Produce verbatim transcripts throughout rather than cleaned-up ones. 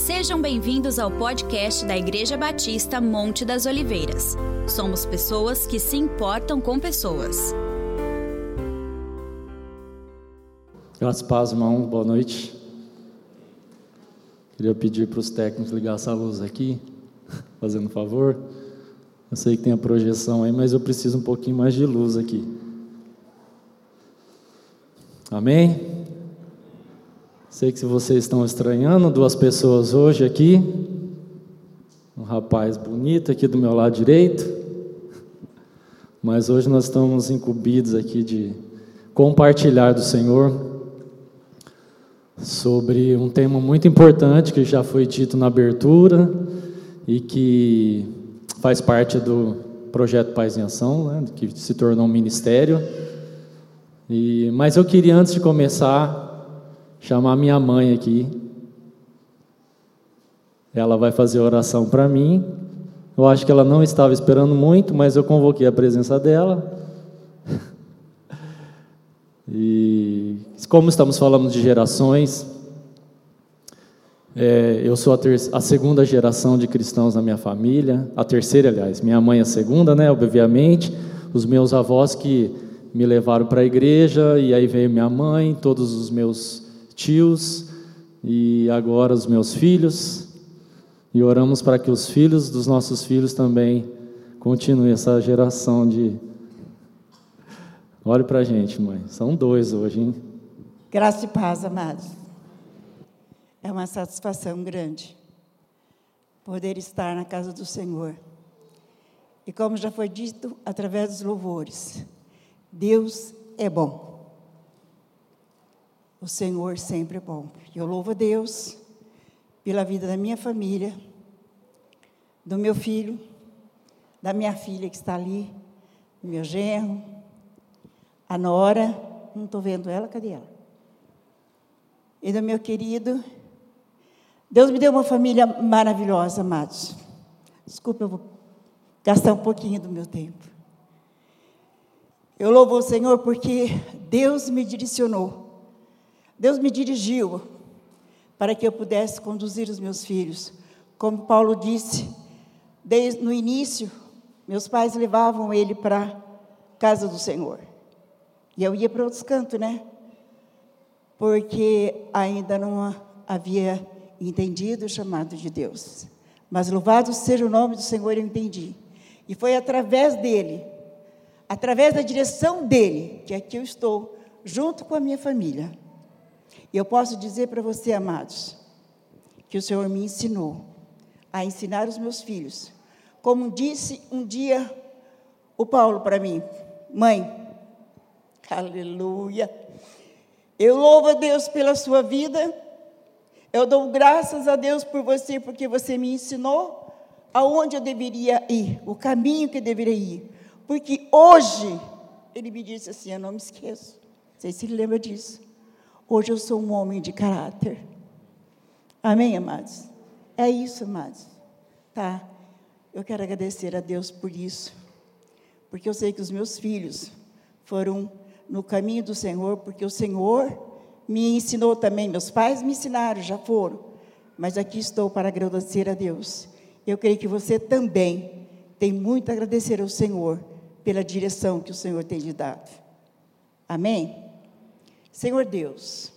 Sejam bem-vindos ao podcast da Igreja Batista Monte das Oliveiras. Somos pessoas que se importam com pessoas. Graças a Deus, irmão. Boa noite. Queria pedir para os técnicos ligar essa luz aqui, fazendo um favor. Eu sei que tem a projeção aí, mas eu preciso um pouquinho mais de luz aqui. Amém? Sei que se vocês estão estranhando, duas pessoas hoje aqui. Um rapaz bonito aqui do meu lado direito. Mas hoje nós estamos incumbidos aqui de compartilhar do Senhor sobre um tema muito importante que já foi dito na abertura e que faz parte do projeto Paz em Ação, né, que se tornou um ministério. E, mas eu queria, antes de começar, chamar minha mãe aqui. Ela vai fazer oração para mim. Eu acho que ela não estava esperando muito, mas eu convoquei a presença dela. E como estamos falando de gerações, é, eu sou a, ter, a segunda geração de cristãos na minha família, a terceira, aliás, minha mãe é a segunda, né, obviamente, os meus avós que me levaram para a igreja, e aí veio minha mãe, todos os meus tios, e agora os meus filhos, e oramos para que os filhos dos nossos filhos também continuem essa geração de... Olhe para a gente, mãe, são dois hoje, hein? Graça e paz, amados. É uma satisfação grande poder estar na casa do Senhor. E como já foi dito através dos louvores, Deus é bom. O Senhor sempre é bom. Eu louvo a Deus pela vida da minha família, do meu filho, da minha filha que está ali, do meu genro, a nora, não estou vendo ela, cadê ela? E do meu querido. Deus me deu uma família maravilhosa, amados. Desculpa, eu vou gastar um pouquinho do meu tempo. Eu louvo o Senhor porque Deus me direcionou. Deus me dirigiu para que eu pudesse conduzir os meus filhos. Como Paulo disse, desde no início, meus pais levavam ele para a casa do Senhor. E eu ia para outros cantos, né? Porque ainda não havia entendido o chamado de Deus. Mas louvado seja o nome do Senhor, eu entendi. E foi através dele, através da direção dele, que aqui eu estou, junto com a minha família. E eu posso dizer para você, amados, que o Senhor me ensinou a ensinar os meus filhos. Como disse um dia o Paulo para mim, mãe, aleluia, eu louvo a Deus pela sua vida, eu dou graças a Deus por você, porque você me ensinou aonde eu deveria ir, o caminho que eu deveria ir, porque hoje, ele me disse assim, eu não me esqueço, não sei se ele lembra disso, hoje eu sou um homem de caráter, amém, amados? É isso, amados, tá? Eu quero agradecer a Deus por isso, porque eu sei que os meus filhos foram no caminho do Senhor, porque o Senhor me ensinou também, meus pais me ensinaram, já foram, mas aqui estou para agradecer a Deus. Eu creio que você também tem muito a agradecer ao Senhor, pela direção que o Senhor tem lhe dado. Amém? Senhor Deus,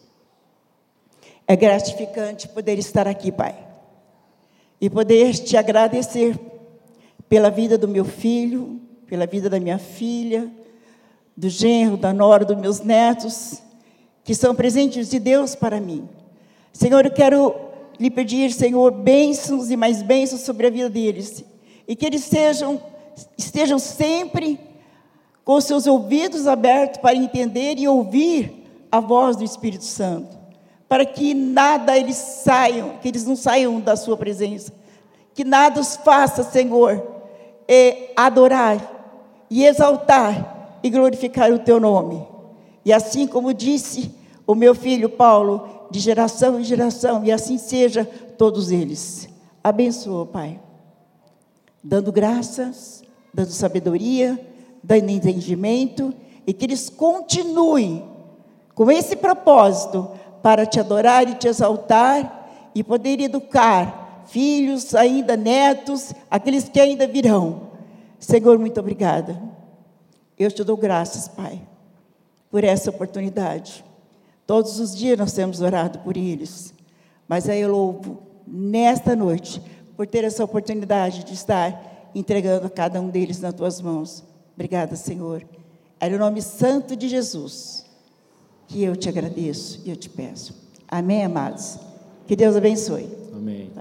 é gratificante poder estar aqui, Pai, e poder te agradecer pela vida do meu filho, pela vida da minha filha, do genro, da nora, dos meus netos, que são presentes de Deus para mim. Senhor, eu quero lhe pedir, Senhor, bênçãos e mais bênçãos sobre a vida deles, e que eles sejam, estejam sempre com seus ouvidos abertos para entender e ouvir a voz do Espírito Santo, para que nada eles saiam, que eles não saiam da sua presença, que nada os faça, Senhor, é, adorar e exaltar e glorificar o teu nome. E assim como disse o meu filho Paulo, de geração em geração, e assim seja todos eles. Abençoa, Pai, dando graças, dando sabedoria, dando entendimento, e que eles continuem com esse propósito para te adorar e te exaltar, e poder educar filhos, ainda netos, aqueles que ainda virão. Senhor, muito obrigada. Eu te dou graças, Pai, por essa oportunidade. Todos os dias nós temos orado por eles, mas aí eu louvo nesta noite por ter essa oportunidade de estar entregando a cada um deles nas tuas mãos. Obrigada, Senhor. É no nome santo de Jesus que eu te agradeço e eu te peço. Amém, amados? Que Deus abençoe. Amém.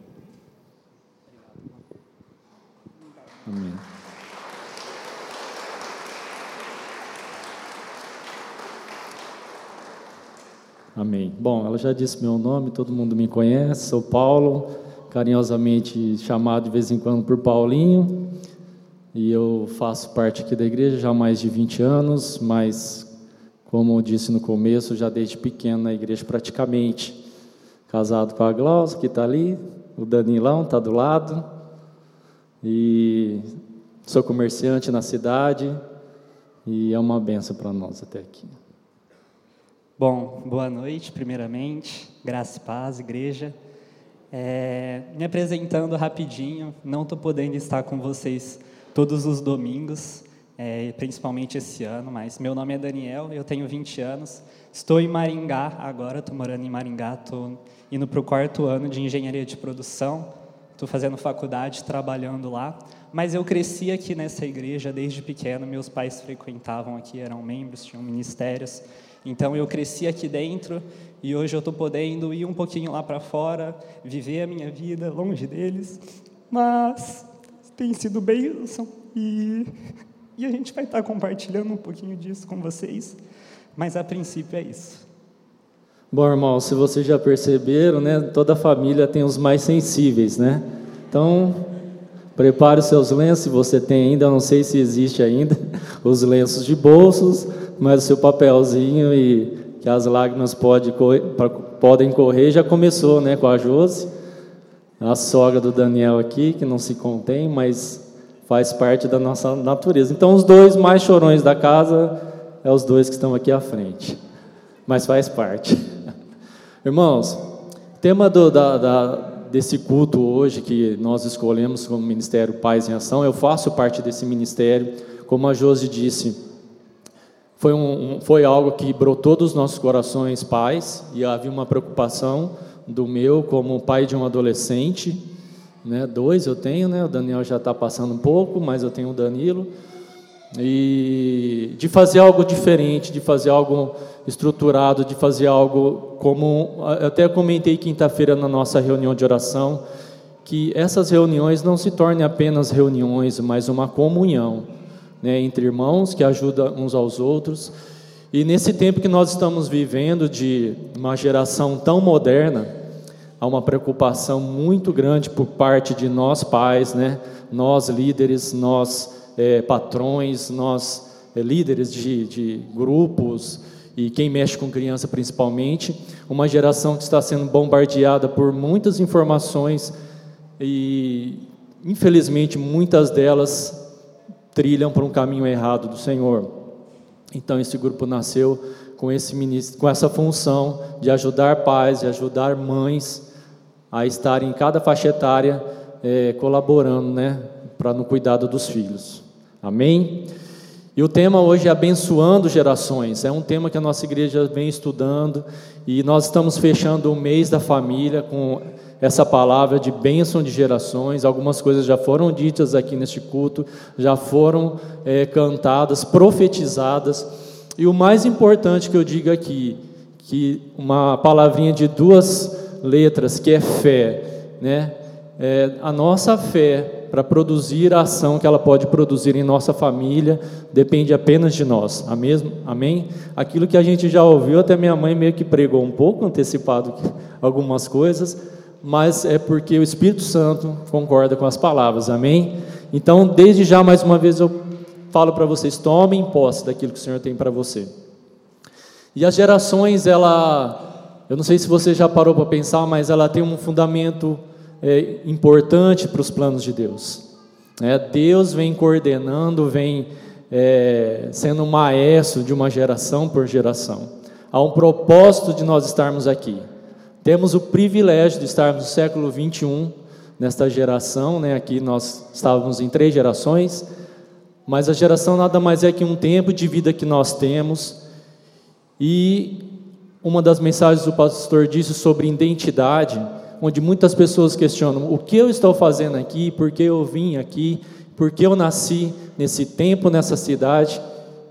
Amém. Amém. Bom, ela já disse meu nome, todo mundo me conhece, sou Paulo, carinhosamente chamado de vez em quando por Paulinho, e eu faço parte aqui da igreja já há mais de vinte anos, mas, como eu disse no começo, já desde pequeno na igreja praticamente, casado com a Glaucia, que está ali, o Danilão está do lado, e sou comerciante na cidade, e é uma benção para nós até aqui. Bom, boa noite, primeiramente, graça e paz, igreja. É, me apresentando rapidinho, não estou podendo estar com vocês todos os domingos, é, principalmente esse ano, mas meu nome é Daniel, eu tenho vinte anos, estou em Maringá agora, estou morando em Maringá, estou indo para o quarto ano de engenharia de produção, estou fazendo faculdade, trabalhando lá, mas eu cresci aqui nessa igreja desde pequeno, meus pais frequentavam aqui, eram membros, tinham ministérios. Então, eu cresci aqui dentro e hoje eu estou podendo ir um pouquinho lá para fora, viver a minha vida longe deles, mas tem sido bênção e, e a gente vai estar compartilhando um pouquinho disso com vocês, mas a princípio é isso. Bom, irmão, se vocês já perceberam, né, toda família tem os mais sensíveis, né? Então, prepare os seus lenços, se você tem ainda, eu não sei se existe ainda, os lenços de bolsos, mas o seu papelzinho e que as lágrimas pode correr, podem correr, já começou, né, com a Josi, a sogra do Daniel aqui, que não se contém, mas faz parte da nossa natureza. Então, os dois mais chorões da casa é os dois que estão aqui à frente, mas faz parte. Irmãos, o tema do, da, da, desse culto hoje, que nós escolhemos como Ministério Paz em Ação, eu faço parte desse ministério, como a Josi disse, Foi, um, foi algo que brotou dos nossos corações pais, e havia uma preocupação do meu como pai de um adolescente, né, dois eu tenho, né, o Daniel já está passando um pouco, mas eu tenho o Danilo, e de fazer algo diferente, de fazer algo estruturado, de fazer algo como, eu até comentei quinta-feira na nossa reunião de oração, que essas reuniões não se tornem apenas reuniões, mas uma comunhão, né, entre irmãos que ajudam uns aos outros. E nesse tempo que nós estamos vivendo de uma geração tão moderna, há uma preocupação muito grande por parte de nós pais, né, nós líderes, nós é, patrões, nós é, líderes de, de grupos e quem mexe com criança principalmente, uma geração que está sendo bombardeada por muitas informações e infelizmente muitas delas trilham por um caminho errado do Senhor. Então esse grupo nasceu com, esse ministro, com essa função de ajudar pais, de ajudar mães a estarem em cada faixa etária é, colaborando, né, para no cuidado dos filhos. Amém? E o tema hoje é abençoando gerações. É um tema que a nossa igreja vem estudando e nós estamos fechando o mês da família com essa palavra de bênção de gerações. Algumas coisas já foram ditas aqui neste culto, já foram é, cantadas, profetizadas, e o mais importante que eu digo aqui, que uma palavrinha de duas letras, que é fé, né? É, a nossa fé para produzir a ação que ela pode produzir em nossa família, depende apenas de nós, amém? Aquilo que a gente já ouviu, até minha mãe meio que pregou um pouco, antecipado algumas coisas, mas é porque o Espírito Santo concorda com as palavras, amém? Então, desde já, mais uma vez, eu falo para vocês, tomem posse daquilo que o Senhor tem para você. E as gerações, ela, eu não sei se você já parou para pensar, mas ela tem um fundamento é, importante para os planos de Deus. É, Deus vem coordenando, vem é, sendo um maestro de uma geração por geração. Há um propósito de nós estarmos aqui. Temos o privilégio de estarmos no século vinte e um, nesta geração, né? Aqui nós estávamos em três gerações, mas a geração nada mais é que um tempo de vida que nós temos. E uma das mensagens do pastor disse sobre identidade, onde muitas pessoas questionam: o que eu estou fazendo aqui, por que eu vim aqui, por que eu nasci nesse tempo, nessa cidade?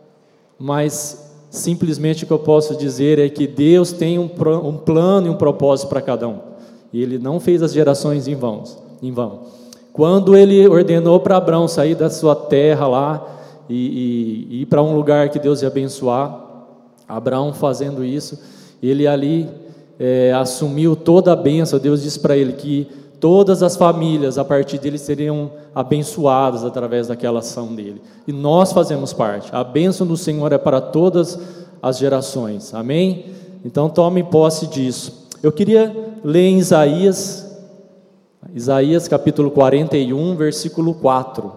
Mas simplesmente o que eu posso dizer é que Deus tem um, um plano e um propósito para cada um, e Ele não fez as gerações em vão, em vão. Quando Ele ordenou para Abraão sair da sua terra lá e, e, e ir para um lugar que Deus ia abençoar, Abraão fazendo isso, ele ali é, assumiu toda a bênção. Deus disse para ele que todas as famílias a partir dele seriam abençoadas através daquela ação dele, e nós fazemos parte. A bênção do Senhor é para todas as gerações, amém? Então tome posse disso. Eu queria ler em Isaías, Isaías capítulo quarenta e um, versículo quatro.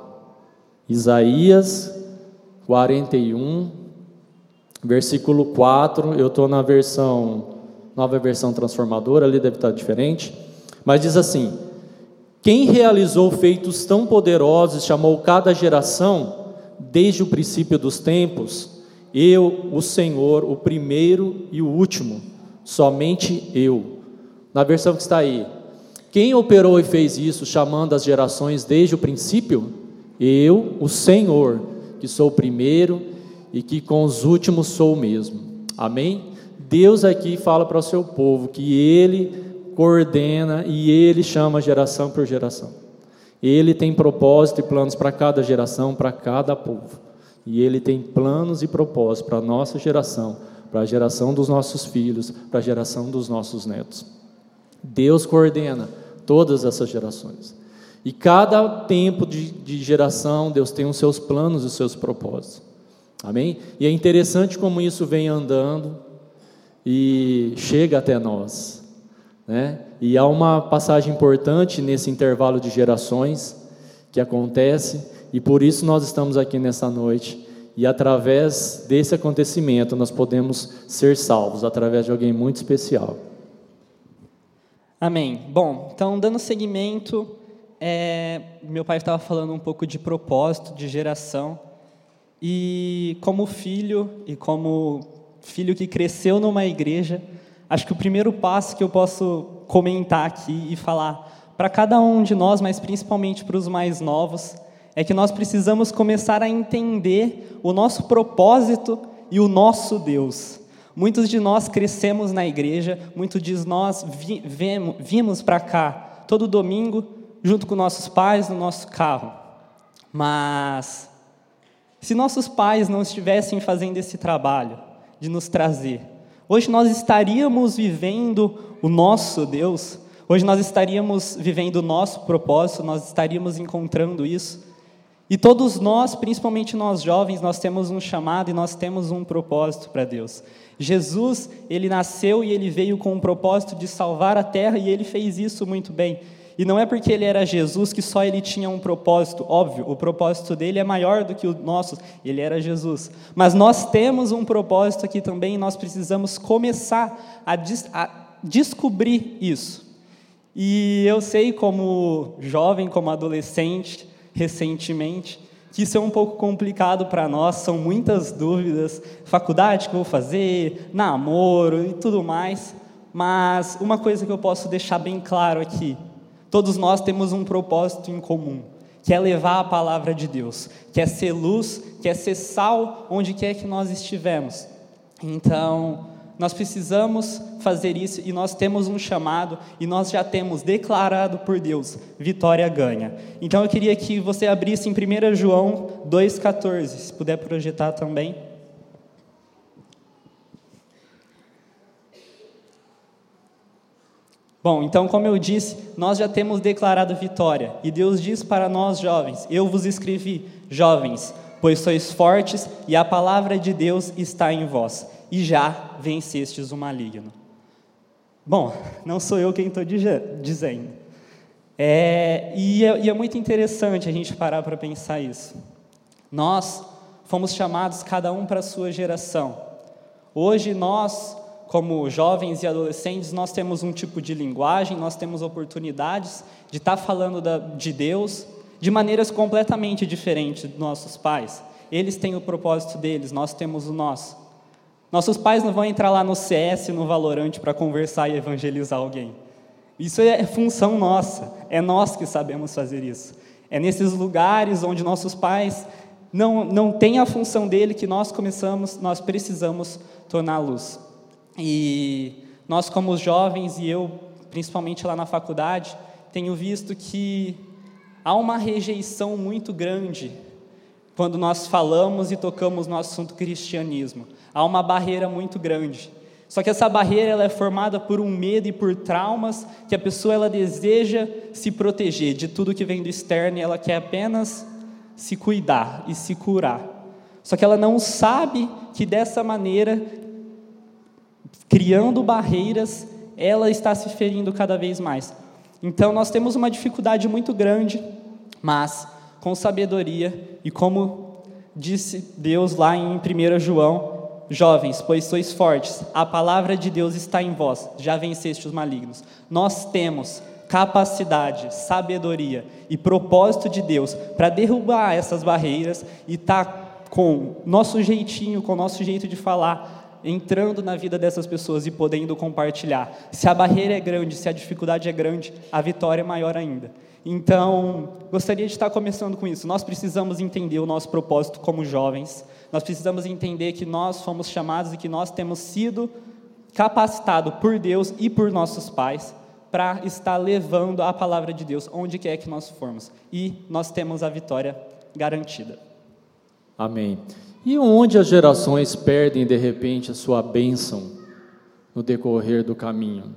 Isaías quarenta e um, versículo quatro. Eu estou na versão, nova versão transformadora, ali deve estar diferente, mas diz assim: quem realizou feitos tão poderosos, chamou cada geração, desde o princípio dos tempos, eu, o Senhor, o primeiro e o último, somente eu. Na versão que está aí: quem operou e fez isso, chamando as gerações desde o princípio? Eu, o Senhor, que sou o primeiro e que com os últimos sou o mesmo. Amém? Deus aqui fala para o seu povo que Ele coordena e Ele chama geração por geração. Ele tem propósito e planos para cada geração, para cada povo. E Ele tem planos e propósitos para a nossa geração, para a geração dos nossos filhos, para a geração dos nossos netos. Deus coordena todas essas gerações. E cada tempo de, de geração, Deus tem os seus planos e os seus propósitos. Amém? E é interessante como isso vem andando e chega até nós, né? E há uma passagem importante nesse intervalo de gerações que acontece, e por isso nós estamos aqui nessa noite, e através desse acontecimento nós podemos ser salvos, através de alguém muito especial. Amém. Bom, então dando seguimento, é, meu pai estava falando um pouco de propósito, de geração, e como filho, e como filho que cresceu numa igreja, acho que o primeiro passo que eu posso comentar aqui e falar para cada um de nós, mas principalmente para os mais novos, é que nós precisamos começar a entender o nosso propósito e o nosso Deus. Muitos de nós crescemos na igreja, muitos de nós vi, vemos, vimos para cá todo domingo, junto com nossos pais, no nosso carro. Mas, se nossos pais não estivessem fazendo esse trabalho de nos trazer, hoje nós estaríamos vivendo o nosso Deus, hoje nós estaríamos vivendo o nosso propósito, nós estaríamos encontrando isso. E todos nós, principalmente nós jovens, nós temos um chamado e nós temos um propósito para Deus. Jesus, Ele nasceu e Ele veio com o propósito de salvar a terra, e Ele fez isso muito bem. E não é porque Ele era Jesus que só Ele tinha um propósito, óbvio, o propósito dEle é maior do que o nosso, Ele era Jesus. Mas nós temos um propósito aqui também, e nós precisamos começar a, des- a descobrir isso. E eu sei, como jovem, como adolescente, recentemente, que isso é um pouco complicado para nós, são muitas dúvidas, faculdade que eu vou fazer, namoro e tudo mais, mas uma coisa que eu posso deixar bem claro aqui: todos nós temos um propósito em comum, que é levar a palavra de Deus, que é ser luz, que é ser sal onde quer que nós estivermos. Então, nós precisamos fazer isso, e nós temos um chamado, e nós já temos declarado por Deus: vitória ganha. Então eu queria que você abrisse em primeiro João dois, quatorze, se puder projetar também. Bom, então, como eu disse, nós já temos declarado vitória, e Deus diz para nós jovens: eu vos escrevi, jovens, pois sois fortes, e a palavra de Deus está em vós, e já vencestes o maligno. Bom, não sou eu quem estou dizendo. É, e, é, e é muito interessante a gente parar para pensar isso. Nós fomos chamados cada um para a sua geração. Hoje nós, como jovens e adolescentes, nós temos um tipo de linguagem, nós temos oportunidades de estar falando da, de Deus de maneiras completamente diferentes dos nossos pais. Eles têm o propósito deles, nós temos o nosso. Nossos pais não vão entrar lá no C S, no Valorant, para conversar e evangelizar alguém. Isso é função nossa, é nós que sabemos fazer isso. É nesses lugares onde nossos pais não, não têm a função dele que nós começamos, nós precisamos tornar luz. E nós, como jovens, e eu, principalmente lá na faculdade, tenho visto que há uma rejeição muito grande quando nós falamos e tocamos no assunto cristianismo. Há uma barreira muito grande. Só que essa barreira ela é formada por um medo e por traumas que a pessoa ela deseja se proteger de tudo que vem do externo e ela quer apenas se cuidar e se curar. Só que ela não sabe que dessa maneira, criando barreiras, ela está se ferindo cada vez mais. Então nós temos uma dificuldade muito grande, mas com sabedoria e como disse Deus lá em primeiro João, jovens, pois sois fortes, a palavra de Deus está em vós, já venceste os malignos. Nós temos capacidade, sabedoria e propósito de Deus para derrubar essas barreiras e estar com nosso jeitinho, com o nosso jeito de falar, entrando na vida dessas pessoas e podendo compartilhar. Se a barreira é grande, se a dificuldade é grande, a vitória é maior ainda. Então, gostaria de estar começando com isso. Nós precisamos entender o nosso propósito como jovens. Nós precisamos entender que nós fomos chamados e que nós temos sido capacitados por Deus e por nossos pais para estar levando a palavra de Deus onde quer que nós formos. E nós temos a vitória garantida. Amém. E onde as gerações perdem, de repente, a sua bênção no decorrer do caminho?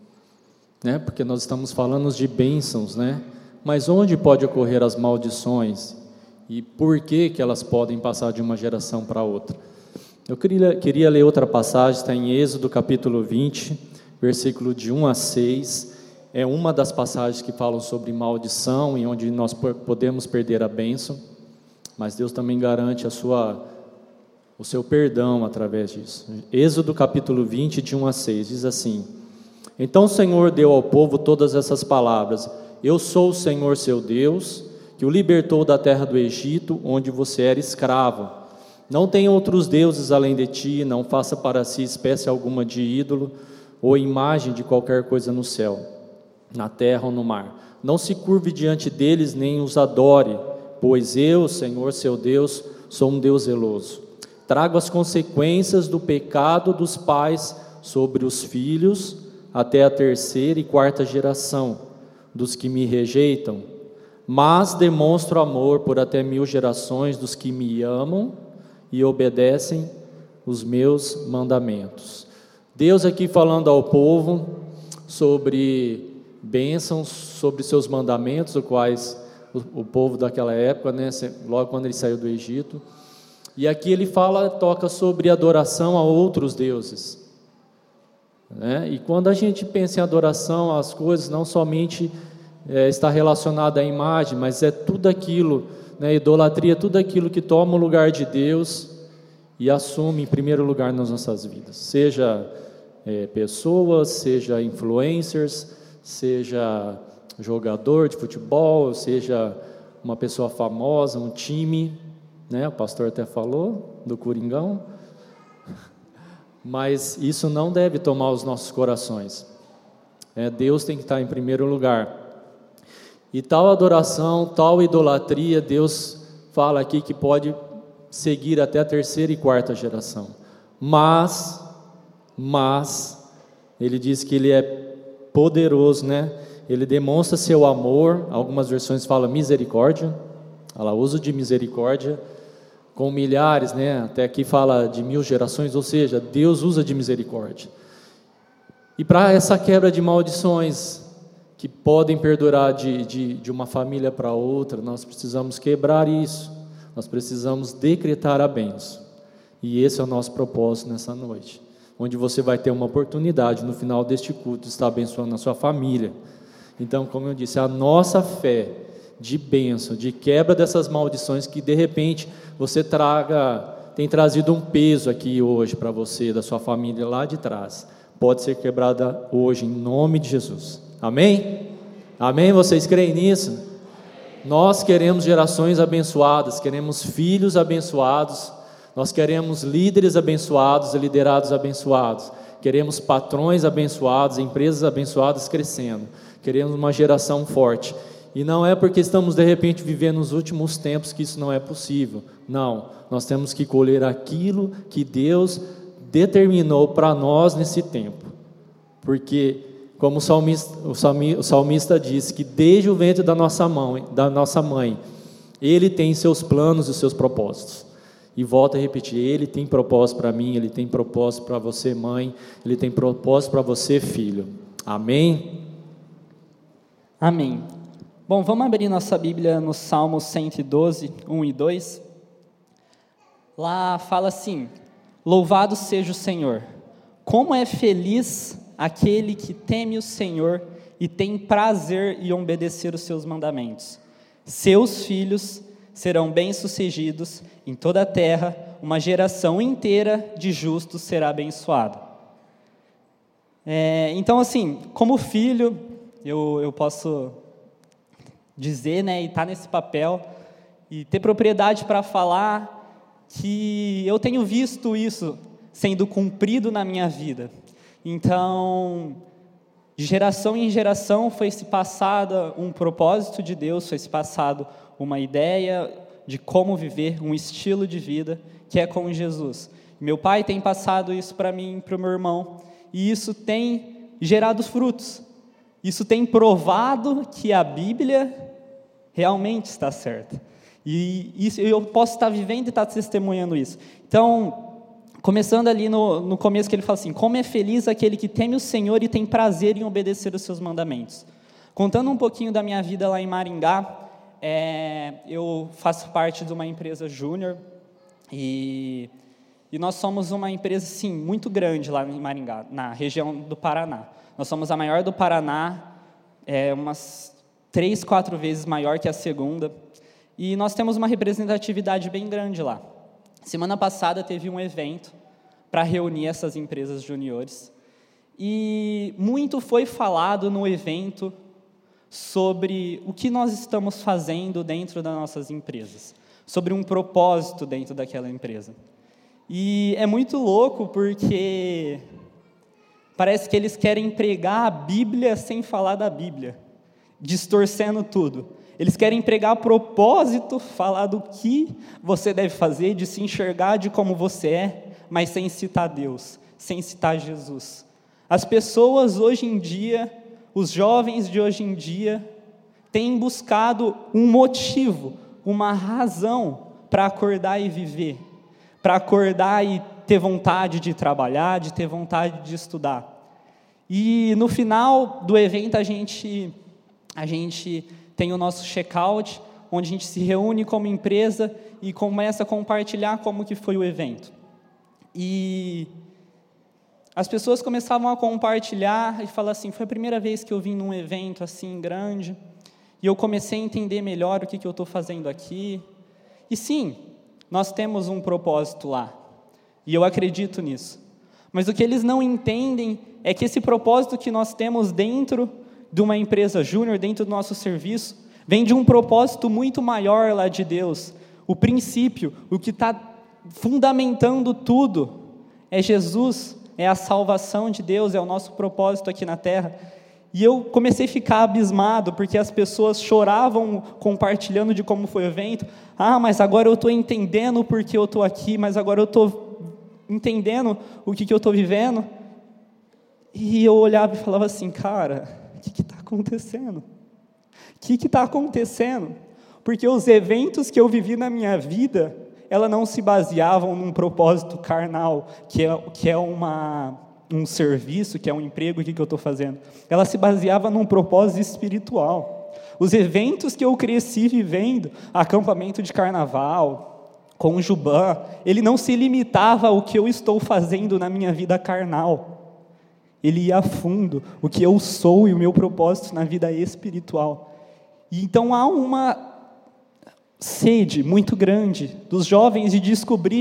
Né? Porque nós estamos falando de bênçãos, né? Mas onde pode ocorrer as maldições? E por que que elas podem passar de uma geração para outra? Eu queria, queria ler outra passagem, está em Êxodo capítulo vinte, versículo de um a seis. É uma das passagens que falam sobre maldição e onde nós podemos perder a bênção, mas Deus também garante a sua, o seu perdão através disso. Êxodo capítulo vinte, de um a seis, diz assim: Então o Senhor deu ao povo todas essas palavras: Eu sou o Senhor seu Deus, que o libertou da terra do Egito, onde você era escravo. Não tenha outros deuses além de ti, não faça para si espécie alguma de ídolo, ou imagem de qualquer coisa no céu, na terra ou no mar. Não se curve diante deles, nem os adore, pois eu, Senhor seu Deus, sou um Deus zeloso. Trago as consequências do pecado dos pais sobre os filhos, até a terceira e quarta geração dos que me rejeitam, mas demonstro amor por até mil gerações dos que me amam e obedecem os meus mandamentos. Deus aqui falando ao povo sobre bênçãos, sobre seus mandamentos, os quais o, o povo daquela época, né, logo quando ele saiu do Egito, e aqui ele fala, toca sobre adoração a outros deuses. Né? E quando a gente pensa em adoração, as coisas não somente é, está relacionada à imagem, mas é tudo aquilo, né, idolatria, tudo aquilo que toma o lugar de Deus e assume em primeiro lugar nas nossas vidas, seja é, pessoas, seja influencers, seja jogador de futebol, seja uma pessoa famosa, um time, né, o pastor até falou do Coringão. Mas isso não deve tomar os nossos corações. É, Deus tem que estar em primeiro lugar. E tal adoração, tal idolatria, Deus fala aqui que pode seguir até a terceira e quarta geração. Mas, mas, Ele diz que Ele é poderoso, né? Ele demonstra seu amor, algumas versões falam misericórdia, ela usa de misericórdia, com milhares, né? Até aqui fala de mil gerações, ou seja, Deus usa de misericórdia. E para essa quebra de maldições que podem perdurar de, de, de uma família para outra, nós precisamos quebrar isso, nós precisamos decretar a bênção. E esse é o nosso propósito nessa noite, onde você vai ter uma oportunidade no final deste culto de estar abençoando a sua família. Então, como eu disse, a nossa fé de bênção, de quebra dessas maldições, que de repente você traga tem trazido um peso aqui hoje para você, da sua família lá de trás, pode ser quebrada hoje, em nome de Jesus. Amém? Amém? Vocês creem nisso? Nós queremos gerações abençoadas, queremos filhos abençoados, nós queremos líderes abençoados e liderados abençoados, queremos patrões abençoados, empresas abençoadas crescendo, queremos uma geração forte. E não é porque estamos de repente vivendo nos últimos tempos que isso não é possível. Não, nós temos que colher aquilo que Deus determinou para nós nesse tempo. Porque, como o salmista, o salmista, o salmista diz, que desde o ventre da nossa, mãe, da nossa mãe, Ele tem seus planos e seus propósitos. E volto a repetir, Ele tem propósito para mim, Ele tem propósito para você, mãe, Ele tem propósito para você, filho. Amém? Amém. Bom, vamos abrir nossa Bíblia no Salmo cento e doze, um e dois. Lá fala assim: louvado seja o Senhor, como é feliz aquele que teme o Senhor e tem prazer em obedecer os seus mandamentos. Seus filhos serão bem-sucedidos em toda a terra, uma geração inteira de justos será abençoada. É, então, assim, como filho, eu, eu posso dizer, né, e estar nesse papel, e ter propriedade para falar que eu tenho visto isso sendo cumprido na minha vida. Então, de geração em geração foi-se passado um propósito de Deus, foi-se passado uma ideia de como viver, um estilo de vida, que é com Jesus. Meu pai tem passado isso para mim e para o meu irmão, e isso tem gerado frutos. Isso tem provado que a Bíblia realmente está certa. E isso, eu posso estar vivendo e estar testemunhando isso. Então, começando ali no, no começo que ele fala assim: como é feliz aquele que teme o Senhor e tem prazer em obedecer os seus mandamentos. Contando um pouquinho da minha vida lá em Maringá, é, eu faço parte de uma empresa júnior e, e nós somos uma empresa, sim, muito grande lá em Maringá, na região do Paraná. Nós somos a maior do Paraná, é, umas três, quatro vezes maior que a segunda, e nós temos uma representatividade bem grande lá. Semana passada teve um evento para reunir essas empresas juniores, e muito foi falado no evento sobre o que nós estamos fazendo dentro das nossas empresas, sobre um propósito dentro daquela empresa. E é muito louco porque parece que eles querem pregar a Bíblia sem falar da Bíblia, distorcendo tudo. Eles querem pregar propósito, falar do que você deve fazer, de se enxergar de como você é, mas sem citar Deus, sem citar Jesus. As pessoas hoje em dia, os jovens de hoje em dia, têm buscado um motivo, uma razão para acordar e viver, para acordar e ter vontade de trabalhar, de ter vontade de estudar. E no final do evento a gente, a gente tem o nosso check-out, onde a gente se reúne como empresa e começa a compartilhar como que foi o evento. E as pessoas começavam a compartilhar e falar assim: foi a primeira vez que eu vim num evento assim grande, e eu comecei a entender melhor o que, que eu estou fazendo aqui. E sim, nós temos um propósito lá, e eu acredito nisso. Mas o que eles não entendem é que esse propósito que nós temos dentro de uma empresa júnior, dentro do nosso serviço, vem de um propósito muito maior lá de Deus. O princípio, o que está fundamentando tudo, é Jesus, é a salvação de Deus, é o nosso propósito aqui na terra. E eu comecei a ficar abismado, porque as pessoas choravam compartilhando de como foi o evento. Ah, mas agora eu estou entendendo o porquê eu estou aqui, mas agora eu estou entendendo o que, que eu estou vivendo. E eu olhava e falava assim: cara, o que está acontecendo? O que está acontecendo? Porque os eventos que eu vivi na minha vida, elas não se baseavam num propósito carnal, que é, que é uma, um serviço, que é um emprego, o que, que eu estou fazendo. Ela se baseava num propósito espiritual. Os eventos que eu cresci vivendo, acampamento de carnaval, com o Jubã, ele não se limitava ao que eu estou fazendo na minha vida carnal. Ele ia a fundo, o que eu sou e o meu propósito na vida espiritual. E então há uma sede muito grande dos jovens de descobrir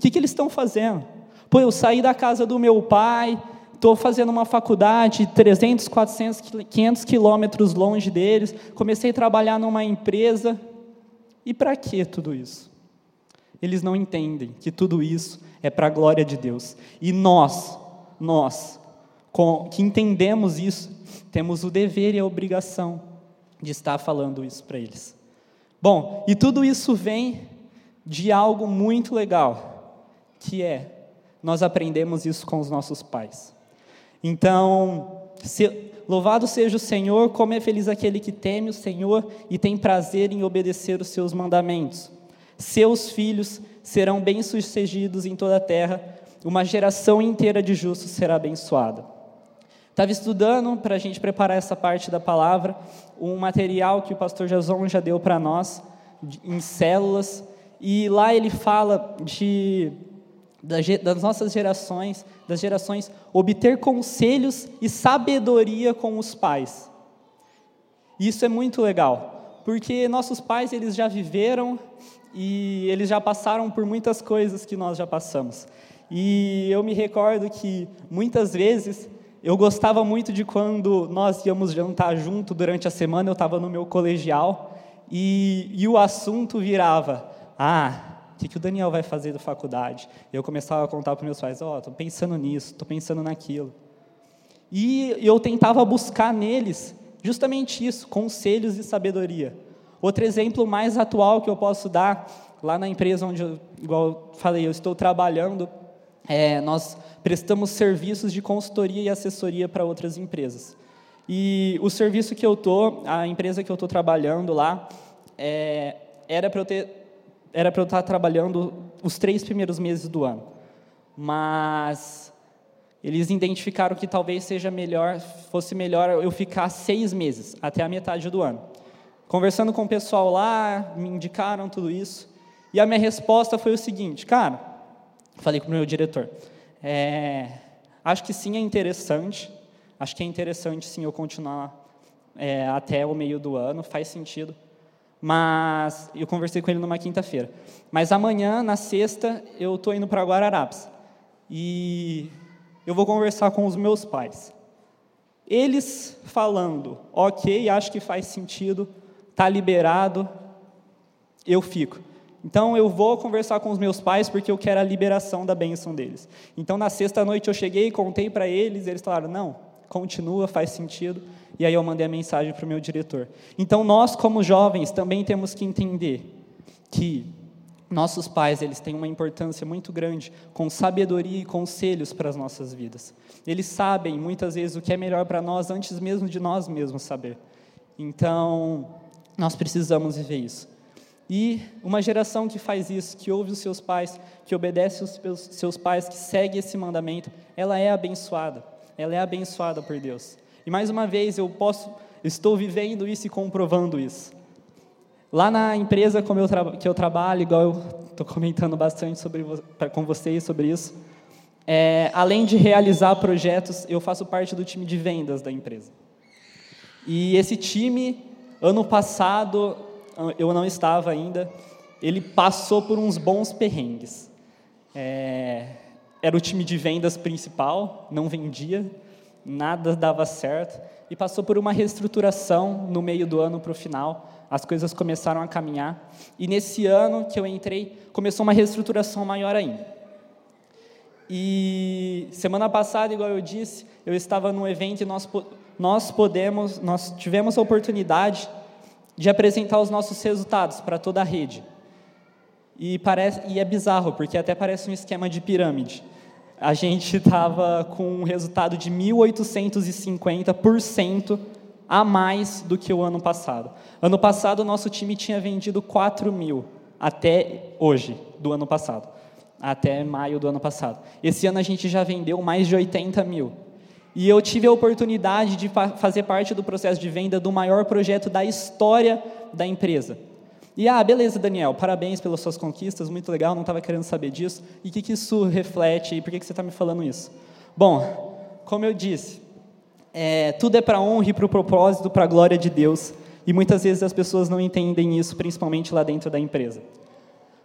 que, que eles estão fazendo? Pô, eu saí da casa do meu pai, estou fazendo uma faculdade trezentos, quatrocentos, quinhentos quilômetros longe deles, comecei a trabalhar numa empresa, e para que tudo isso? Eles não entendem que tudo isso é para a glória de Deus. E nós, nós, que entendemos isso, temos o dever e a obrigação de estar falando isso para eles. Bom, e tudo isso vem de algo muito legal, que é, nós aprendemos isso com os nossos pais. Então, se, louvado seja o Senhor, como é feliz aquele que teme o Senhor e tem prazer em obedecer os seus mandamentos. Seus filhos serão bem-sucedidos em toda a terra, uma geração inteira de justos será abençoada. Estava estudando, para a gente preparar essa parte da palavra, um material que o pastor Jason já deu para nós, em células, e lá ele fala de, das nossas gerações, das gerações, obter conselhos e sabedoria com os pais. Isso é muito legal, porque nossos pais, eles já viveram e eles já passaram por muitas coisas que nós já passamos. E eu me recordo que, muitas vezes, eu gostava muito de quando nós íamos jantar junto durante a semana, eu estava no meu colegial, e, e o assunto virava, ah, o que, que o Daniel vai fazer da faculdade? Eu começava a contar para meus pais, ó, oh, estou pensando nisso, estou pensando naquilo. E eu tentava buscar neles justamente isso, conselhos e sabedoria. Outro exemplo mais atual que eu posso dar, lá na empresa onde, eu, igual eu falei, eu estou trabalhando, é, nós prestamos serviços de consultoria e assessoria para outras empresas. E o serviço que eu estou, a empresa que eu estou trabalhando lá, é, era para eu ter, era para eu estar trabalhando os três primeiros meses do ano. Mas eles identificaram que talvez seja melhor, fosse melhor eu ficar seis meses, até a metade do ano. Conversando com o pessoal lá, me indicaram tudo isso, e a minha resposta foi o seguinte, cara, falei com o meu diretor, é, acho que sim é interessante, acho que é interessante sim eu continuar é, até o meio do ano, faz sentido, mas eu conversei com ele numa quinta-feira, mas amanhã, na sexta, eu estou indo para Guararapes, e eu vou conversar com os meus pais. Eles falando, ok, acho que faz sentido, está liberado, eu fico. Então, eu vou conversar com os meus pais, porque eu quero a liberação da bênção deles. Então, na sexta-noite, eu cheguei, contei para eles, eles falaram, não, continua, faz sentido, e aí eu mandei a mensagem para o meu diretor. Então, nós, como jovens, também temos que entender que nossos pais, eles têm uma importância muito grande, com sabedoria e conselhos para as nossas vidas. Eles sabem, muitas vezes, o que é melhor para nós, antes mesmo de nós mesmos saber. Então, nós precisamos viver isso. E uma geração que faz isso, que ouve os seus pais, que obedece os seus pais, que segue esse mandamento, ela é abençoada. Ela é abençoada por Deus. E mais uma vez, eu posso, estou vivendo isso e comprovando isso. Lá na empresa como eu tra- que eu trabalho, igual eu estou comentando bastante sobre, com vocês sobre isso, é, além de realizar projetos, eu faço parte do time de vendas da empresa. E esse time, ano passado, eu não estava ainda, ele passou por uns bons perrengues. É, era o time de vendas principal, não vendia, nada dava certo, e passou por uma reestruturação no meio do ano para o final, as coisas começaram a caminhar, e nesse ano que eu entrei, começou uma reestruturação maior ainda. E semana passada, igual eu disse, eu estava num evento e nós, nós, podemos, nós tivemos a oportunidade de apresentar os nossos resultados para toda a rede. E, parece, e é bizarro, porque até parece um esquema de pirâmide. A gente estava com um resultado de mil oitocentos e cinquenta por cento a mais do que o ano passado. Ano passado, o nosso time tinha vendido quatro mil, até hoje, do ano passado. Até maio do ano passado. Esse ano a gente já vendeu mais de oitenta mil. E eu tive a oportunidade de fazer parte do processo de venda do maior projeto da história da empresa. E, ah, beleza, Daniel, parabéns pelas suas conquistas, muito legal, não estava querendo saber disso. E o que, que isso reflete e por que, que você está me falando isso? Bom, como eu disse, é, tudo é para a honra e para o propósito, para a glória de Deus. E muitas vezes as pessoas não entendem isso, principalmente lá dentro da empresa.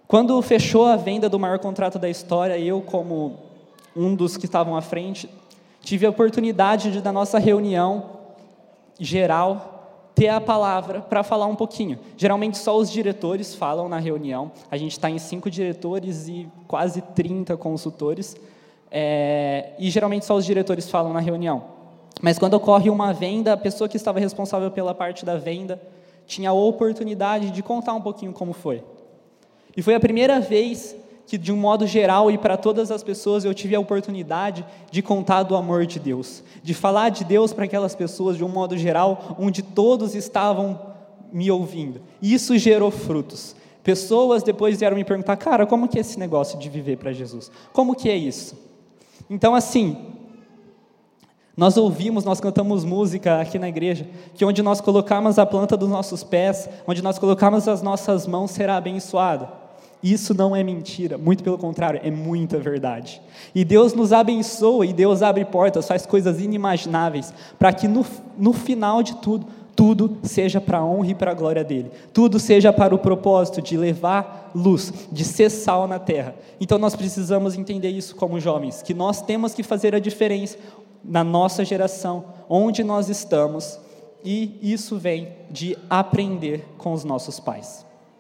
Quando fechou a venda do maior contrato da história, eu, como um dos que estavam à frente, tive a oportunidade de, na nossa reunião geral, ter a palavra para falar um pouquinho. Geralmente só os diretores falam na reunião. A gente está em cinco diretores e quase trinta consultores. É, e geralmente só os diretores falam na reunião. Mas quando ocorre uma venda, a pessoa que estava responsável pela parte da venda tinha a oportunidade de contar um pouquinho como foi. E foi a primeira vez que, de um modo geral e para todas as pessoas, eu tive a oportunidade de contar do amor de Deus, de falar de Deus para aquelas pessoas de um modo geral, onde todos estavam me ouvindo. E isso gerou frutos. Pessoas depois vieram me perguntar, cara, como que é esse negócio de viver para Jesus? Como que é isso? Então, assim, nós ouvimos, nós cantamos música aqui na igreja, que onde nós colocarmos a planta dos nossos pés, onde nós colocarmos as nossas mãos, será abençoado. Isso não é mentira, muito pelo contrário, é muita verdade. E Deus nos abençoa, e Deus abre portas, faz coisas inimagináveis, para que no, no final de tudo, tudo seja para a honra e para a glória dEle. Tudo seja para o propósito de levar luz, de ser sal na terra. Então nós precisamos entender isso como jovens, que nós temos que fazer a diferença na nossa geração, onde nós estamos, e isso vem de aprender com os nossos pais.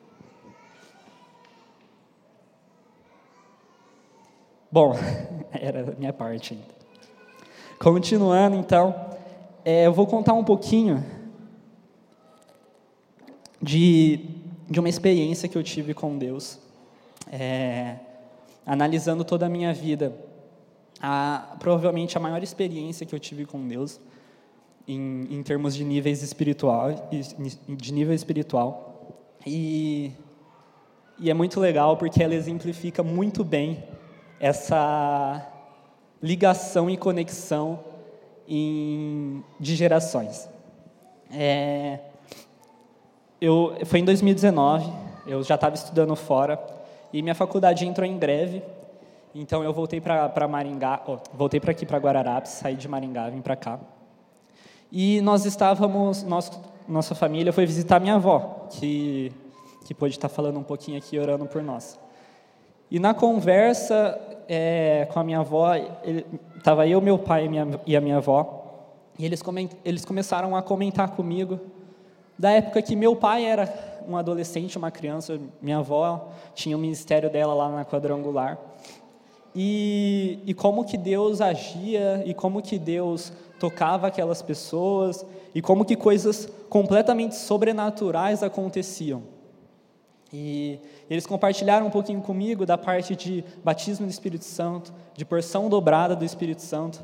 Bom, era a minha parte ainda. Continuando, então, é, eu vou contar um pouquinho de, de uma experiência que eu tive com Deus, é, analisando toda a minha vida. A, provavelmente a maior experiência que eu tive com Deus, em, em termos de níveis espiritual, de nível espiritual, e, e é muito legal porque ela exemplifica muito bem essa ligação e conexão em, de gerações. É, eu, foi em dois mil e dezenove, eu já estava estudando fora, e minha faculdade entrou em greve, então eu voltei para Maringá, oh, voltei para aqui para Guararapes, saí de Maringá, vim para cá. E nós estávamos, nós, nossa família foi visitar minha avó, que, que pôde estar falando um pouquinho aqui, orando por nós. E na conversa é, com a minha avó, estava eu, meu pai e, minha, e a minha avó, e eles, coment, eles começaram a comentar comigo da época que meu pai era um adolescente, uma criança, minha avó tinha o ministério dela lá na Quadrangular, e, e como que Deus agia, e como que Deus tocava aquelas pessoas, e como que coisas completamente sobrenaturais aconteciam. E eles compartilharam um pouquinho comigo da parte de batismo do Espírito Santo, de porção dobrada do Espírito Santo.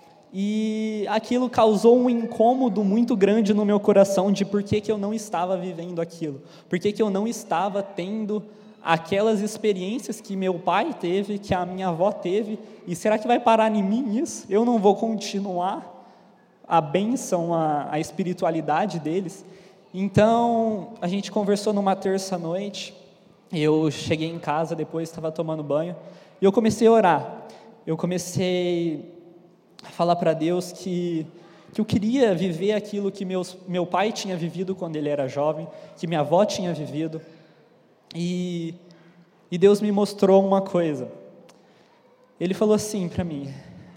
E aquilo causou um incômodo muito grande no meu coração de por que que eu não estava vivendo aquilo, por que que eu não estava tendo aquelas experiências que meu pai teve, que a minha avó teve, e será que vai parar em mim isso? Eu não vou continuar a bênção, a, a espiritualidade deles? Então, a gente conversou numa terça-noite, eu cheguei em casa, depois estava tomando banho, e eu comecei a orar. Eu comecei a falar para Deus que, que eu queria viver aquilo que meus, meu pai tinha vivido quando ele era jovem, que minha avó tinha vivido, e, e Deus me mostrou uma coisa. Ele falou assim para mim,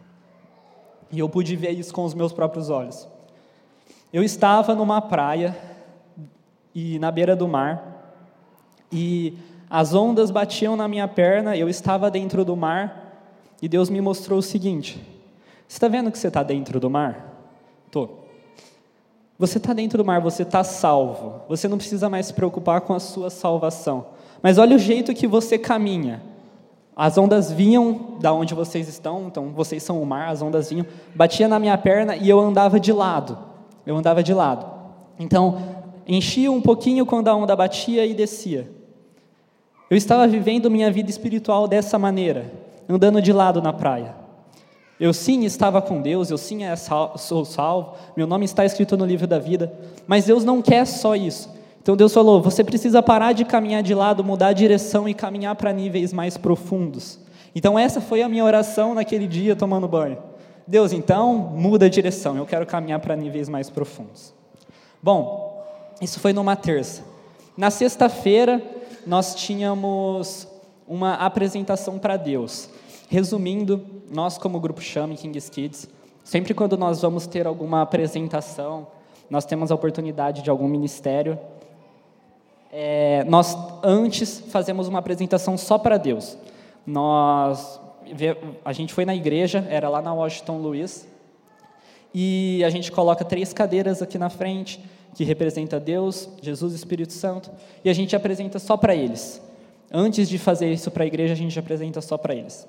e eu pude ver isso com os meus próprios olhos. Eu estava numa praia, e na beira do mar, e as ondas batiam na minha perna, eu estava dentro do mar, e Deus me mostrou o seguinte: você está vendo que você está dentro do mar? Estou. Você está dentro do mar, você está salvo, você não precisa mais se preocupar com a sua salvação, mas olha o jeito que você caminha. As ondas vinham da onde vocês estão, então vocês são o mar, as ondas vinham, batia na minha perna e eu andava de lado, eu andava de lado, então enchia um pouquinho quando a onda batia e descia. Eu estava vivendo minha vida espiritual dessa maneira, andando de lado na praia. Eu sim estava com Deus, eu sim sou salvo, meu nome está escrito no livro da vida, mas Deus não quer só isso. Então Deus falou, você precisa parar de caminhar de lado, mudar a direção e caminhar para níveis mais profundos. Então essa foi a minha oração naquele dia tomando banho. Deus, então, muda a direção, eu quero caminhar para níveis mais profundos. Bom, isso foi numa terça. Na sexta-feira, nós tínhamos uma apresentação para Deus. Resumindo, nós como Grupo Chame, Kings Kids, sempre quando nós vamos ter alguma apresentação, nós temos a oportunidade de algum ministério, é, nós antes fazemos uma apresentação só para Deus. Nós, a gente foi na igreja, era lá na Washington Luiz, e a gente coloca três cadeiras aqui na frente, que representa Deus, Jesus e Espírito Santo, e a gente apresenta só para eles. Antes de fazer isso para a igreja, a gente apresenta só para eles.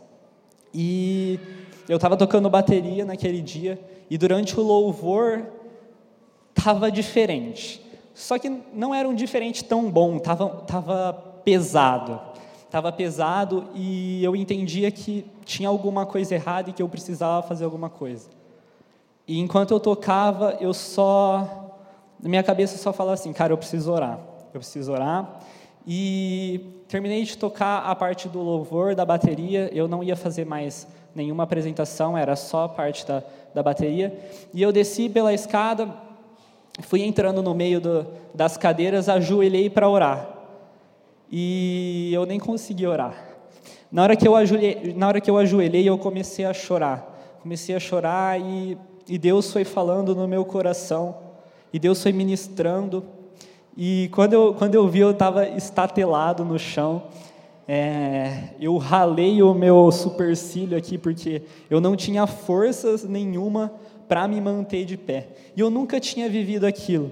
E eu estava tocando bateria naquele dia, e durante o louvor, estava diferente. Só que não era um diferente tão bom, estava tava pesado. Estava pesado e eu entendia que tinha alguma coisa errada e que eu precisava fazer alguma coisa. E enquanto eu tocava, eu só... Na minha cabeça só falava assim, cara, eu preciso orar. Eu preciso orar. E terminei de tocar a parte do louvor, da bateria. Eu não ia fazer mais nenhuma apresentação, era só a parte da, da bateria. E eu desci pela escada, fui entrando no meio do, das cadeiras, ajoelhei para orar. E eu nem consegui orar. Na hora que eu ajoelhei, na hora que eu, ajoelhei eu comecei a chorar. Comecei a chorar e, e Deus foi falando no meu coração. E Deus foi ministrando. E quando eu, quando eu vi, eu estava estatelado no chão. É, eu ralei o meu supercílio aqui, porque eu não tinha forças nenhuma para me manter de pé. E eu nunca tinha vivido aquilo.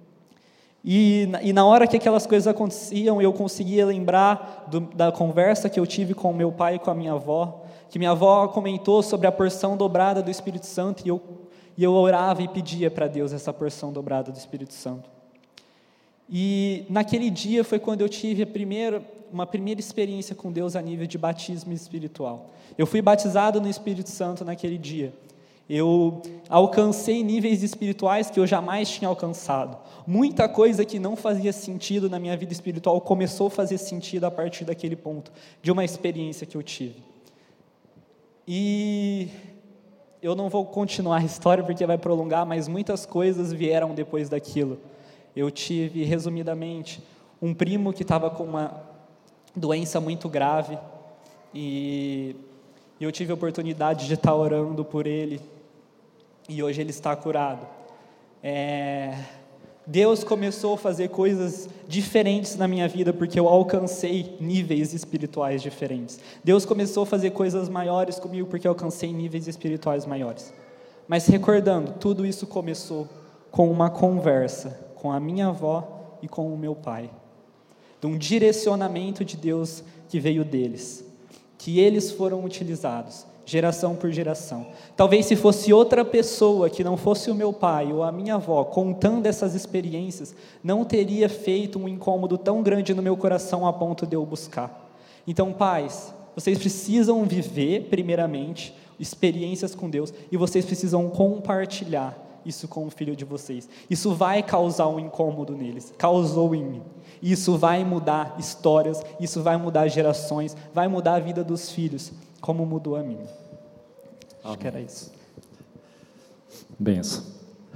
E, e na hora que aquelas coisas aconteciam, eu conseguia lembrar do, da conversa que eu tive com meu pai e com a minha avó, que minha avó comentou sobre a porção dobrada do Espírito Santo, e eu, e eu orava e pedia para Deus essa porção dobrada do Espírito Santo. E naquele dia foi quando eu tive a primeira, uma primeira experiência com Deus a nível de batismo espiritual. Eu fui batizado no Espírito Santo naquele dia. Eu alcancei níveis espirituais que eu jamais tinha alcançado. Muita coisa que não fazia sentido na minha vida espiritual começou a fazer sentido a partir daquele ponto, de uma experiência que eu tive. E eu não vou continuar a história porque vai prolongar, mas muitas coisas vieram depois daquilo. Eu tive, resumidamente, um primo que estava com uma doença muito grave e eu tive a oportunidade de estar orando por ele e hoje ele está curado. É, Deus começou a fazer coisas diferentes na minha vida porque eu alcancei níveis espirituais diferentes. Deus começou a fazer coisas maiores comigo porque eu alcancei níveis espirituais maiores. Mas recordando, tudo isso começou com uma conversa com a minha avó e com o meu pai, de um direcionamento de Deus que veio deles, que eles foram utilizados, geração por geração. Talvez se fosse outra pessoa, que não fosse o meu pai ou a minha avó, contando essas experiências, não teria feito um incômodo tão grande no meu coração a ponto de eu buscar. Então, pais, vocês precisam viver, primeiramente, experiências com Deus, e vocês precisam compartilhar isso com o filho de vocês. Isso vai causar um incômodo neles, causou em mim. Isso vai mudar histórias, isso vai mudar gerações, vai mudar a vida dos filhos, como mudou a minha. Acho Amém. Que era isso. Benção.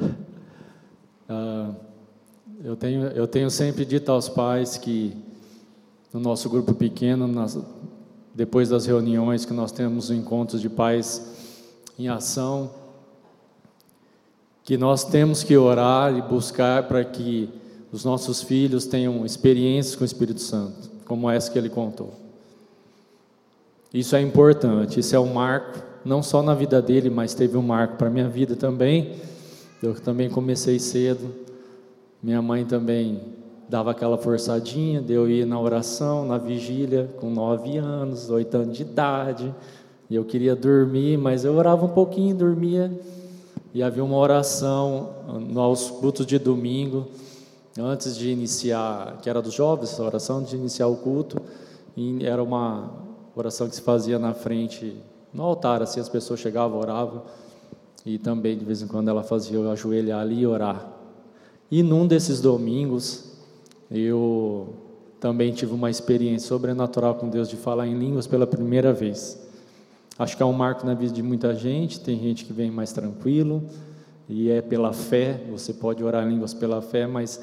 Uh, eu, tenho, eu tenho sempre dito aos pais que no nosso grupo pequeno, nas, depois das reuniões que nós temos encontros de pais em ação, que nós temos que orar e buscar para que os nossos filhos tenham experiências com o Espírito Santo, como essa que ele contou. Isso é importante, isso é um marco, não só na vida dele, mas teve um marco para a minha vida também. Eu também comecei cedo, minha mãe também dava aquela forçadinha, de eu ir na oração, na vigília, com nove anos, oito anos de idade, e eu queria dormir, mas eu orava um pouquinho, dormia. E havia uma oração nos cultos de domingo, antes de iniciar, que era dos jovens, a oração de iniciar o culto, e era uma oração que se fazia na frente, no altar, assim as pessoas chegavam, oravam, e também de vez em quando ela fazia eu ajoelhar ali e orar. E num desses domingos, eu também tive uma experiência sobrenatural com Deus de falar em línguas pela primeira vez. Acho que é um marco na vida de muita gente, tem gente que vem mais tranquilo, e é pela fé, você pode orar em línguas pela fé, mas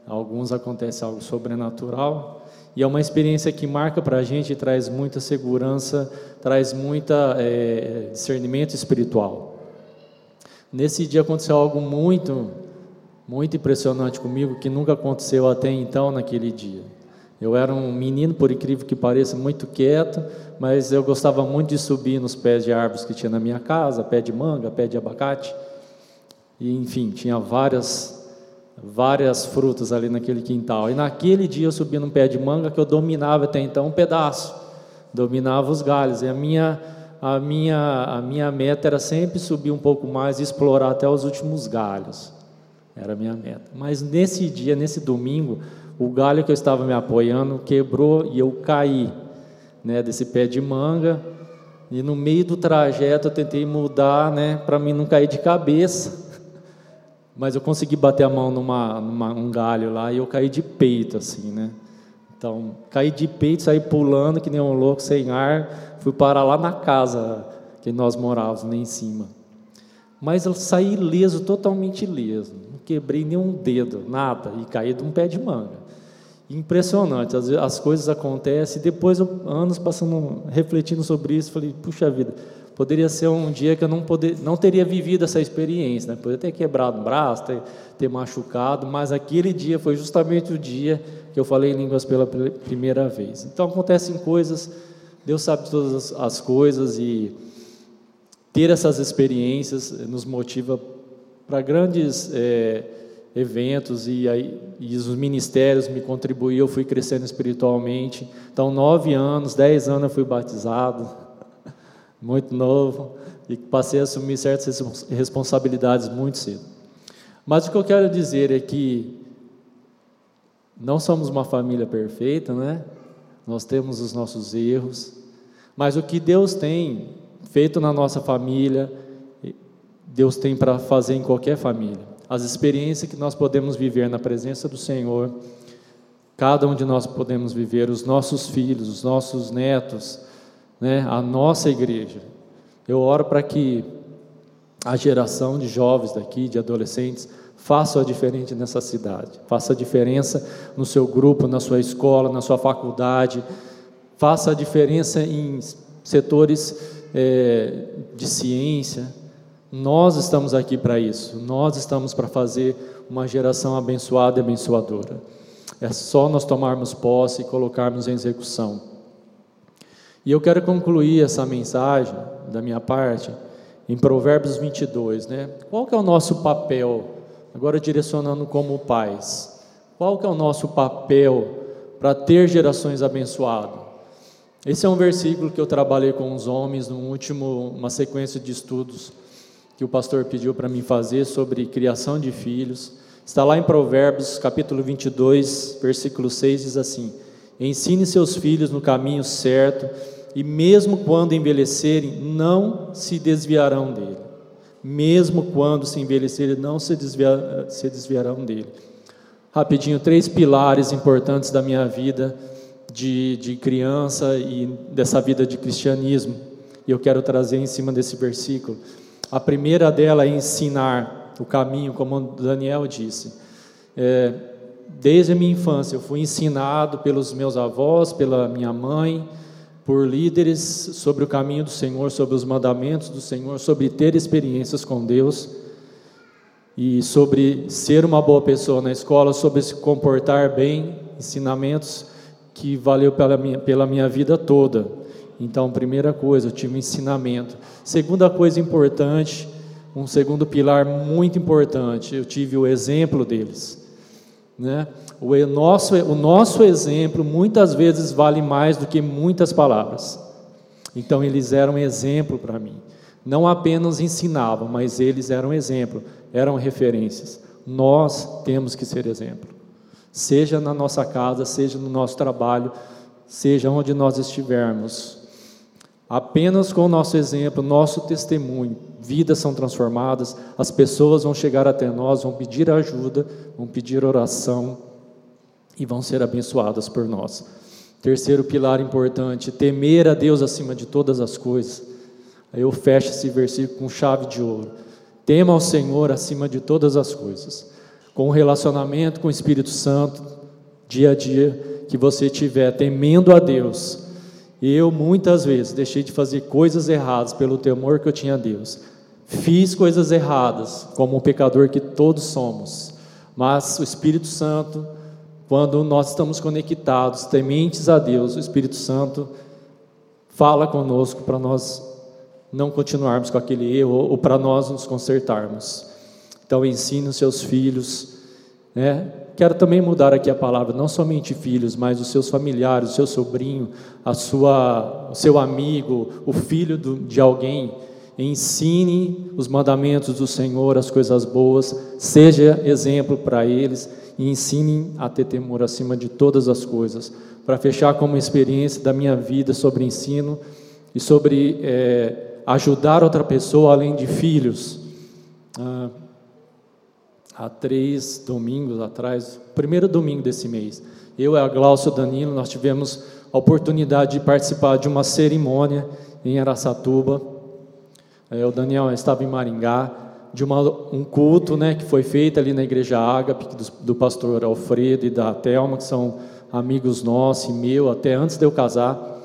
alguns acontece algo sobrenatural, e é uma experiência que marca para a gente e traz muita segurança, traz muita é, discernimento espiritual. Nesse dia aconteceu algo muito, muito impressionante comigo, que nunca aconteceu até então naquele dia. Eu era um menino, por incrível que pareça, muito quieto, mas eu gostava muito de subir nos pés de árvores que tinha na minha casa, pé de manga, pé de abacate, e enfim, tinha várias, várias frutas ali naquele quintal. E naquele dia eu subi num pé de manga que eu dominava até então um pedaço, dominava os galhos, e a minha, a minha, a minha meta era sempre subir um pouco mais e explorar até os últimos galhos, era a minha meta. Mas nesse dia, nesse domingo, o galho que eu estava me apoiando quebrou e eu caí, né, desse pé de manga, e no meio do trajeto eu tentei mudar, né, para mim não cair de cabeça, mas eu consegui bater a mão numa, numa um galho lá e eu caí de peito assim, né? Então, caí de peito, saí pulando que nem um louco, sem ar, fui parar lá na casa que nós morávamos, lá em cima. Mas eu saí ileso, totalmente ileso, não quebrei nenhum dedo, nada, e caí de um pé de manga. Impressionante, as, as coisas acontecem, e depois, eu, anos passando, refletindo sobre isso, falei, puxa vida, poderia ser um dia que eu não, poder, não teria vivido essa experiência, né? Poderia ter quebrado um braço, ter, ter machucado, mas aquele dia foi justamente o dia que eu falei em línguas pela primeira vez. Então acontecem coisas, Deus sabe todas as, as coisas, e ter essas experiências nos motiva para grandes é, eventos, e, aí, e os ministérios me contribuíram, eu fui crescendo espiritualmente. Então, nove anos, dez anos eu fui batizado, muito novo, e passei a assumir certas responsabilidades muito cedo. Mas o que eu quero dizer é que não somos uma família perfeita, né? Nós temos os nossos erros, mas o que Deus tem feito na nossa família, Deus tem para fazer em qualquer família. As experiências que nós podemos viver na presença do Senhor, cada um de nós podemos viver, os nossos filhos, os nossos netos, né, a nossa igreja. Eu oro para que a geração de jovens daqui, de adolescentes, faça a diferença nessa cidade, faça a diferença no seu grupo, na sua escola, na sua faculdade, faça a diferença em setores é, de ciência. Nós estamos aqui para isso, nós estamos para fazer uma geração abençoada e abençoadora. É só nós tomarmos posse e colocarmos em execução. E eu quero concluir essa mensagem da minha parte em Provérbios vinte e dois, né? Qual que é o nosso papel, agora direcionando como pais, qual que é o nosso papel para ter gerações abençoadas? Esse é um versículo que eu trabalhei com os homens no último, uma sequência de estudos que o pastor pediu para mim fazer sobre criação de filhos. Está lá em Provérbios, capítulo vinte e dois, versículo seis, diz assim: ensine seus filhos no caminho certo, e mesmo quando envelhecerem, não se desviarão dele. Mesmo quando se envelhecerem, não se, desvia, se desviarão dele. Rapidinho, três pilares importantes da minha vida de, de criança e dessa vida de cristianismo, e eu quero trazer em cima desse versículo. A primeira dela é ensinar o caminho, como Daniel disse. É, desde a minha infância, eu fui ensinado pelos meus avós, pela minha mãe, por líderes sobre o caminho do Senhor, sobre os mandamentos do Senhor, sobre ter experiências com Deus, e sobre ser uma boa pessoa na escola, sobre se comportar bem, ensinamentos que valeu pela minha, pela minha vida toda. Então, primeira coisa, eu tive um ensinamento. Segunda coisa importante, um segundo pilar muito importante, eu tive o exemplo deles, né? O nosso, o nosso exemplo muitas vezes vale mais do que muitas palavras. Então eles eram exemplo para mim, não apenas ensinavam, mas eles eram exemplo, eram referências. Nós temos que ser exemplo, seja na nossa casa, seja no nosso trabalho, seja onde nós estivermos. Apenas com o nosso exemplo, nosso testemunho, vidas são transformadas, as pessoas vão chegar até nós, vão pedir ajuda, vão pedir oração e vão ser abençoadas por nós. Terceiro pilar importante, temer a Deus acima de todas as coisas. Aí eu fecho esse versículo com chave de ouro. Tema ao Senhor acima de todas as coisas. com o relacionamento com o Espírito Santo, dia a dia que você tiver temendo a Deus. Eu muitas vezes deixei de fazer coisas erradas pelo temor que eu tinha a Deus. Fiz coisas erradas, como um pecador que todos somos, mas o Espírito Santo, quando nós estamos conectados, tementes a Deus, o Espírito Santo fala conosco para nós não continuarmos com aquele erro, ou para nós nos consertarmos. Então ensine os seus filhos, né? Quero também mudar aqui a palavra, não somente filhos, mas os seus familiares, o seu sobrinho, a sua, o seu amigo, o filho do, de alguém. Ensine os mandamentos do Senhor, as coisas boas, seja exemplo para eles e ensine a ter temor acima de todas as coisas. Para fechar como experiência da minha vida sobre ensino e sobre é, ajudar outra pessoa além de filhos. Ah, há três domingos atrás, primeiro domingo desse mês, eu e a Glaucio Danilo, nós tivemos a oportunidade de participar de uma cerimônia em Araçatuba. É, o Daniel estava em Maringá, de uma, um culto, né, que foi feito ali na Igreja Ágape, do, do pastor Alfredo e da Thelma, que são amigos nossos e meu, até antes de eu casar.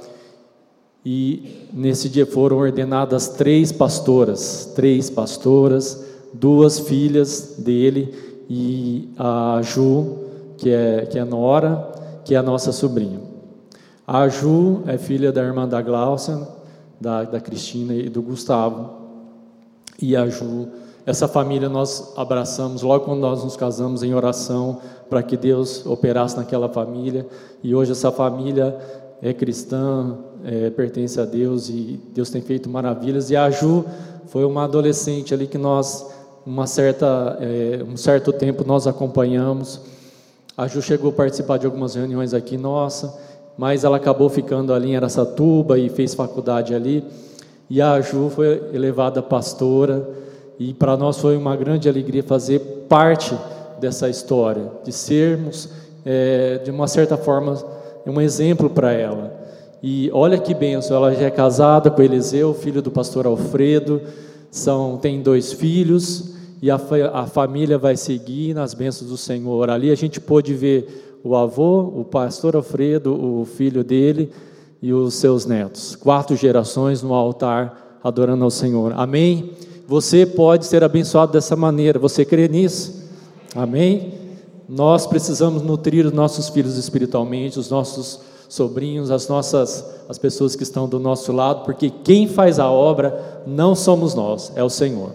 E nesse dia foram ordenadas três pastoras, três pastoras, duas filhas dele e a Ju, que é, que é nora, que é a nossa sobrinha. A Ju é filha da irmã da Glaucia, da, da Cristina e do Gustavo. E a Ju, essa família nós abraçamos logo quando nós nos casamos em oração, para que Deus operasse naquela família. E hoje essa família é cristã, é, pertence a Deus e Deus tem feito maravilhas. E a Ju foi uma adolescente ali que nós, uma certa, é, um certo tempo nós acompanhamos. A Ju chegou a participar de algumas reuniões aqui, nossa, mas ela acabou ficando ali em Araçatuba e fez faculdade ali. E a Ju foi elevada pastora, e para nós foi uma grande alegria fazer parte dessa história, de sermos, é, de uma certa forma, um exemplo para ela. E olha que bênção, ela já é casada com Eliseu, filho do pastor Alfredo, são, tem dois filhos, e a, a família vai seguir nas bênçãos do Senhor. Ali a gente pôde ver o avô, o pastor Alfredo, o filho dele, e os seus netos, quatro gerações no altar, adorando ao Senhor, amém? Você pode ser abençoado dessa maneira, você crê nisso? Amém? Nós precisamos nutrir os nossos filhos espiritualmente, os nossos sobrinhos, as nossas, as pessoas que estão do nosso lado, porque quem faz a obra não somos nós, é o Senhor.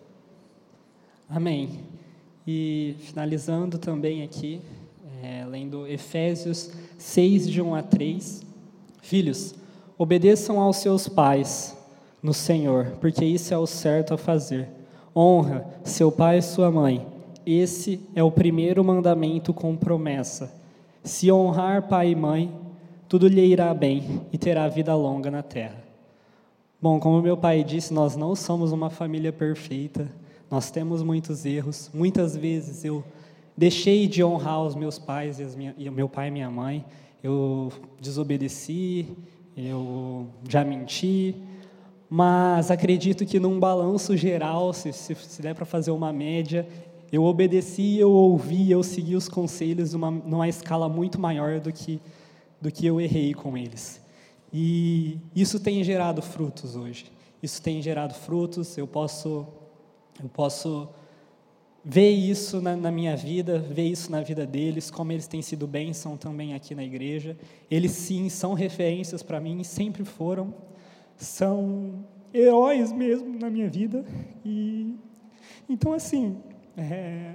Amém. E finalizando também aqui, é, lendo Efésios seis, de um a três, filhos, obedeçam aos seus pais no Senhor, porque isso é o certo a fazer. Honra seu pai e sua mãe. Esse é o primeiro mandamento com promessa. Se honrar pai e mãe, tudo lhe irá bem e terá vida longa na terra. Bom, como meu pai disse, nós não somos uma família perfeita. Nós temos muitos erros. Muitas vezes eu deixei de honrar os meus pais e, as minha, e o meu pai e minha mãe. Eu desobedeci, eu já menti, mas acredito que num balanço geral, se, se, se der para fazer uma média, eu obedeci, eu ouvi, eu segui os conselhos numa, numa escala muito maior do que, do que eu errei com eles. E isso tem gerado frutos hoje. Isso tem gerado frutos, eu posso, eu posso ver isso na, na minha vida, ver isso na vida deles, como eles têm sido bênção também aqui na igreja. Eles, sim, são referências para mim, sempre foram, são heróis mesmo na minha vida. E então, assim, é,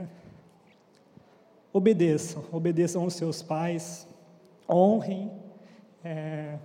obedeçam, obedeçam aos seus pais, honrem, é,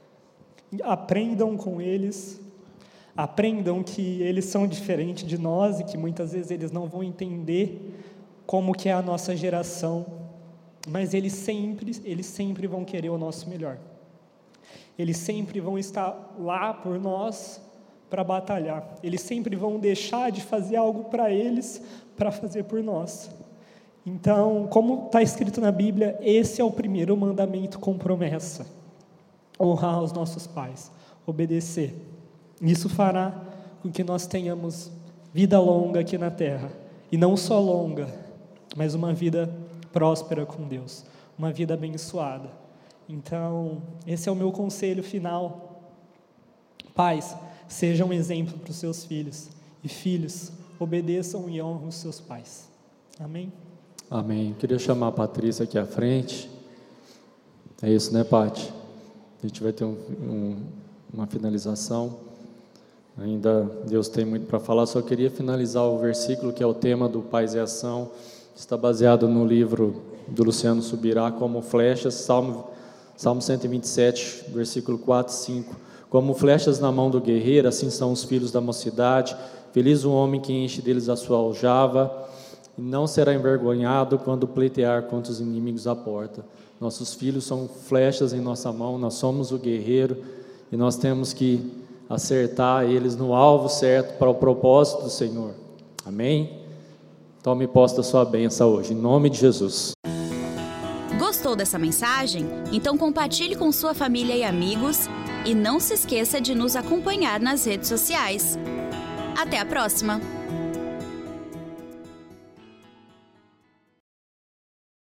aprendam com eles, aprendam que eles são diferentes de nós e que muitas vezes eles não vão entender como que é a nossa geração, mas eles sempre, eles sempre vão querer o nosso melhor. Eles sempre vão estar lá por nós para batalhar. Eles sempre vão deixar de fazer algo para eles para fazer por nós. Então, como está escrito na Bíblia, esse é o primeiro mandamento com promessa. Honrar os nossos pais, obedecer. Isso fará com que nós tenhamos vida longa aqui na terra. E não só longa, mas uma vida próspera com Deus, uma vida abençoada. Então, esse é o meu conselho final. Pais, sejam um exemplo para os seus filhos, e filhos, obedeçam e honrem os seus pais. Amém? Amém. Queria chamar a Patrícia aqui à frente. É isso, né, Paty? A gente vai ter um, um, uma finalização. Ainda Deus tem muito para falar. Só queria finalizar o versículo que é o tema do Paz e Ação. Está baseado no livro do Luciano Subirá, Como Flechas, Salmo, Salmo cento e vinte e sete, versículo quatro e cinco. Como flechas na mão do guerreiro, assim são os filhos da mocidade. Feliz o homem que enche deles a sua aljava, e não será envergonhado quando pleitear contra os inimigos à porta. Nossos filhos são flechas em nossa mão, nós somos o guerreiro, e nós temos que acertar eles no alvo certo para o propósito do Senhor. Amém? Tome posse da sua bênção hoje, em nome de Jesus. Gostou dessa mensagem? Então compartilhe com sua família e amigos, e não se esqueça de nos acompanhar nas redes sociais. Até a próxima!